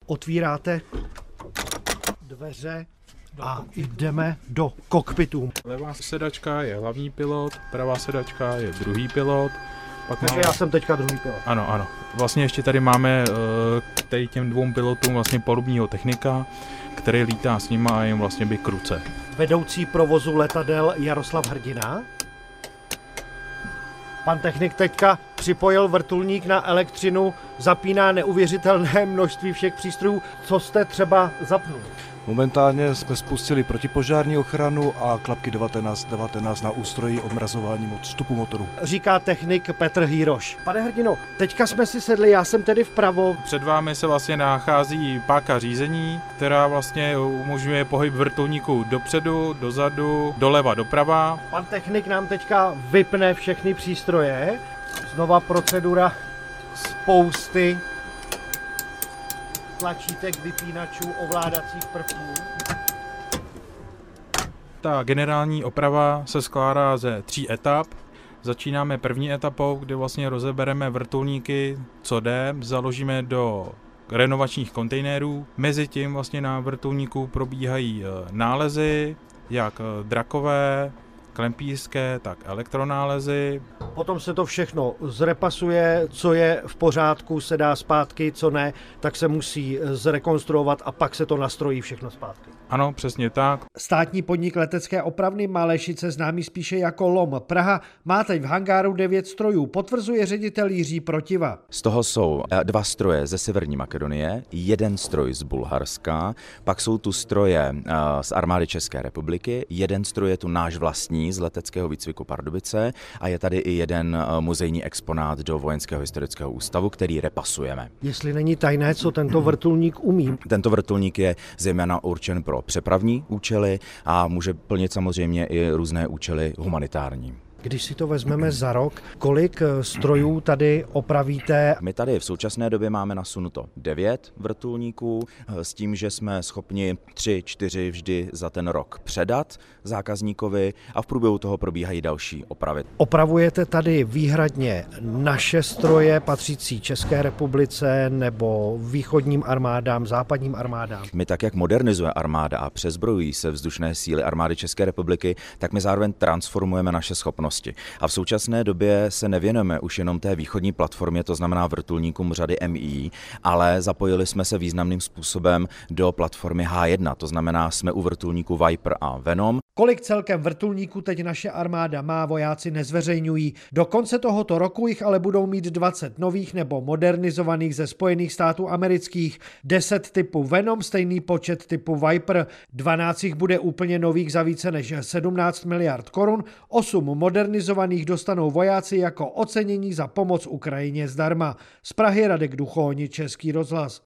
Otvíráte dveře a jdeme do kokpitu. Levá sedačka je hlavní pilot, pravá sedačka je druhý pilot. Takže já jsem teďka druhý pilot. Ano. Vlastně ještě tady máme tady těm dvou pilotům vlastně palubního technika, který lítá s nima a jim vlastně by k ruce. Vedoucí provozu letadel Jaroslav Hrdina. Pan technik teďka připojil vrtulník na elektřinu, zapíná neuvěřitelné množství všech přístrojů. Co jste třeba zapnul? Momentálně jsme spustili protipožární ochranu a klapky 19 na ústroji odmrazování vstupu motoru. Říká technik Petr Hýroš. Pane Hrdino, teďka jsme si sedli, já jsem tedy vpravo. Před vámi se vlastně nachází páka řízení, která vlastně umožňuje pohyb vrtulníku dopředu, dozadu, doleva, doprava. Pan technik nám teďka vypne všechny přístroje. Znova procedura spousty tlačítek, vypínačů, ovládacích prvků. Ta generální oprava se skládá ze 3 etap. Začínáme první etapou, kdy vlastně rozebereme vrtulníky, co jde, založíme do renovačních kontejnerů. Mezitím vlastně na vrtulníku probíhají nálezy, jak drakové, klempířské, tak elektronálezy. Potom se to všechno zrepasuje, co je v pořádku, se dá zpátky, co ne, tak se musí zrekonstruovat a pak se to nastrojí všechno zpátky. Ano, přesně tak. Státní podnik letecké opravny Malešice, známý spíše jako LOM Praha, má teď v hangáru 9 strojů, potvrzuje ředitel Jiří Protiva. Z toho jsou 2 stroje ze Severní Makedonie, 1 stroj z Bulharska, pak jsou tu stroje z armády České republiky, 1 stroj je tu náš vlastní z leteckého výcviku Pardubice a je tady i 1 muzejní exponát do Vojenského historického ústavu, který repasujeme. Jestli není tajné, co tento vrtulník umí. Tento vrtulník je zejména určen pro přepravní účely a může plnit samozřejmě i různé účely humanitární. Když si to vezmeme za rok, kolik strojů tady opravíte? My tady v současné době máme nasunuto 9 vrtulníků s tím, že jsme schopni 3-4 vždy za ten rok předat zákazníkovi a v průběhu toho probíhají další opravy. Opravujete tady výhradně naše stroje patřící České republice nebo východním armádám, západním armádám? My tak, jak modernizuje armáda a přezbrojují se vzdušné síly armády České republiky, tak my zároveň transformujeme naše schopnosti. A v současné době se nevěnujeme už jenom té východní platformě, to znamená vrtulníkům řady MI, ale zapojili jsme se významným způsobem do platformy H1, to znamená jsme u vrtulníku Viper a Venom. Kolik celkem vrtulníků teď naše armáda má, vojáci nezveřejňují. Do konce tohoto roku jich ale budou mít 20 nových nebo modernizovaných ze Spojených států amerických, 10 typu Venom, stejný počet typu Viper, 12 jich bude úplně nových za více než 17 miliard korun, 8 modernizovaných dostanou vojáci jako ocenění za pomoc Ukrajině zdarma. Z Prahy Radek Duchoň, Český rozhlas.